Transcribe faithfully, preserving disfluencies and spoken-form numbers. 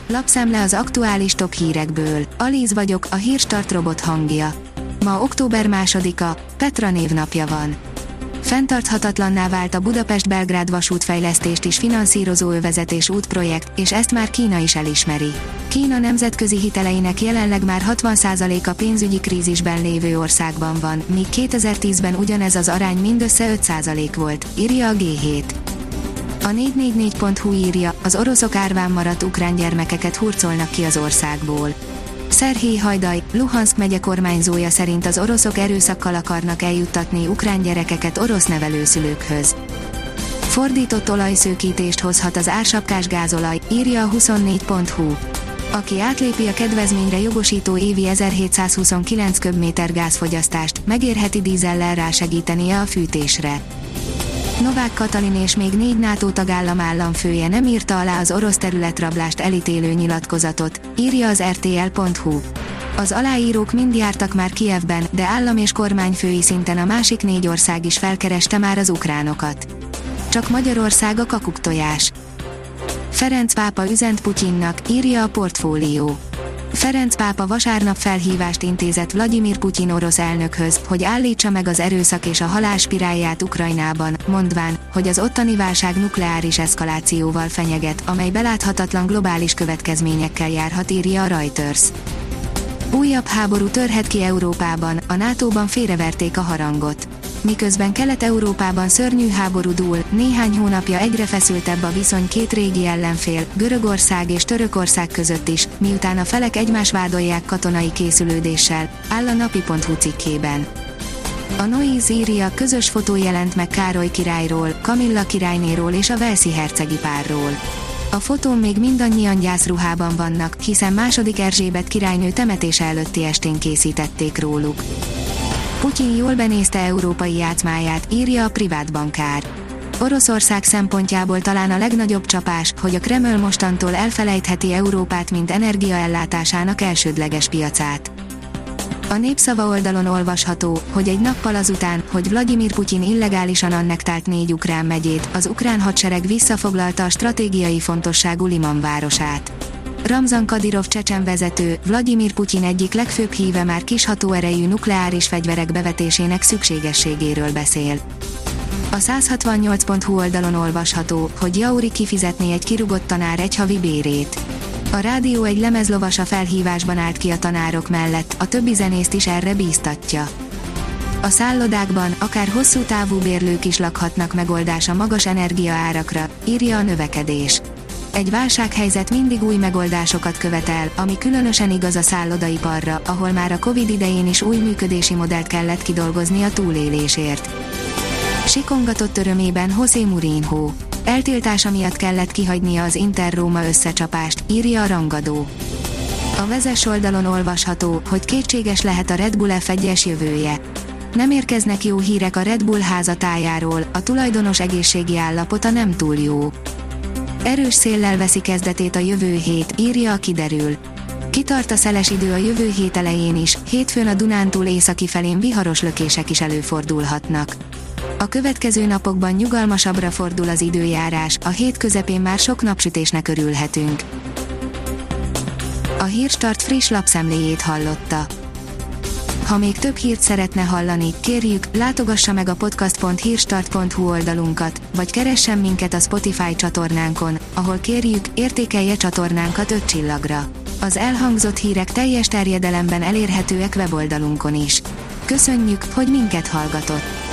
Lapszemle az aktuális top hírekből. Alíz vagyok, a Hírstart robot hangja. Ma október másodika, Petra névnapja van. Fenntarthatatlanná vált a Budapest-Belgrád vasútfejlesztést is finanszírozó övezet és útprojekt, és ezt már Kína is elismeri. Kína nemzetközi hiteleinek jelenleg már hatvan százaléka pénzügyi krízisben lévő országban van, míg kétezer-tízben ugyanez az arány mindössze öt százalék volt, írja a gé hét. A négy négy négy pont hu írja, az oroszok árván maradt ukrán gyermekeket hurcolnak ki az országból. Szerhij Hajdaj, Luhanszk megye kormányzója szerint az oroszok erőszakkal akarnak eljuttatni ukrán gyerekeket orosz nevelőszülőkhöz. Fordított olajszőkítést hozhat az ársapkás gázolaj, írja a huszonnégy pont hu. Aki átlépi a kedvezményre jogosító évi ezerhétszázhuszonkilenc köbméter gázfogyasztást, megérheti dízellel rásegítenie a fűtésre. Novák Katalin és még négy NATO tagállam államfője nem írta alá az orosz területrablást elítélő nyilatkozatot, írja az er té el pont hu. Az aláírók mind jártak már Kijevben, de állam és kormányfői szinten a másik négy ország is felkereste már az ukránokat. Csak Magyarország a kakuktojás. Ferenc pápa üzent Putyinnak, írja a Portfólió. Ferenc pápa vasárnap felhívást intézett Vladimir Putyin orosz elnökhöz, hogy állítsa meg az erőszak és a halál spirálját Ukrajnában, mondván, hogy az ottani válság nukleáris eszkalációval fenyeget, amely beláthatatlan globális következményekkel járhat, írja a Reuters. Újabb háború törhet ki Európában, a nátóban félreverték a harangot. Miközben Kelet-Európában szörnyű háború dúl, néhány hónapja egyre feszültebb a viszony két régi ellenfél, Görögország és Törökország között is, miután a felek egymás vádolják katonai készülődéssel, áll a napi pont hu cikkében. A Noise írja, közös fotó jelent meg Károly királyról, Kamilla királynéról és a walesi hercegi párról. A fotón még mindannyian gyászruhában vannak, hiszen második Erzsébet királynő temetése előtti estén készítették róluk. Putyin jól benézte európai játszmáját, írja a privát bankár. Oroszország szempontjából talán a legnagyobb csapás, hogy a Kreml mostantól elfelejtheti Európát, mint energiaellátásának elsődleges piacát. A Népszava oldalon olvasható, hogy egy nappal azután, hogy Vladimir Putyin illegálisan annektált négy ukrán megyét, az ukrán hadsereg visszafoglalta a stratégiai fontosságú Liman városát. Ramzan Kadirov csecsen vezető, Vladimir Putyin egyik legfőbb híve már kis hatóerejű nukleáris fegyverek bevetésének szükségességéről beszél. A száz hatvannyolc pont hu oldalon olvasható, hogy Jauri kifizetné egy kirúgott tanár egy havi bérét. A rádió egy lemezlovasa felhívásban állt ki a tanárok mellett, a többi zenészt is erre bíztatja. A szállodákban akár hosszú távú bérlők is lakhatnak, megoldás a magas energiaárakra, írja a Növekedés. Egy válsághelyzet mindig új megoldásokat követel, ami különösen igaz a szállodaiparra, ahol már a Covid idején is új működési modellt kellett kidolgozni a túlélésért. Sikongatott örömében José Mourinho. Eltiltása miatt kellett kihagynia az Inter-Róma összecsapást, írja a Rangadó. A Vezes oldalon olvasható, hogy kétséges lehet a Red Bull ef egyes jövője. Nem érkeznek jó hírek a Red Bull házatájáról, a tulajdonos egészségi állapota nem túl jó. Erős széllel veszi kezdetét a jövő hét, írja a Kiderül. Kitart a szeles idő a jövő hét elején is, hétfőn a Dunántúl északi felén viharos lökések is előfordulhatnak. A következő napokban nyugalmasabbra fordul az időjárás, a hét közepén már sok napsütésnek örülhetünk. A Hírstart friss lapszemléjét hallotta. Ha még több hírt szeretne hallani, kérjük, látogassa meg a podcast pont hírstart pont hu oldalunkat, vagy keressen minket a Spotify csatornánkon, ahol kérjük, értékelje csatornánkat öt csillagra. Az elhangzott hírek teljes terjedelemben elérhetőek weboldalunkon is. Köszönjük, hogy minket hallgatott!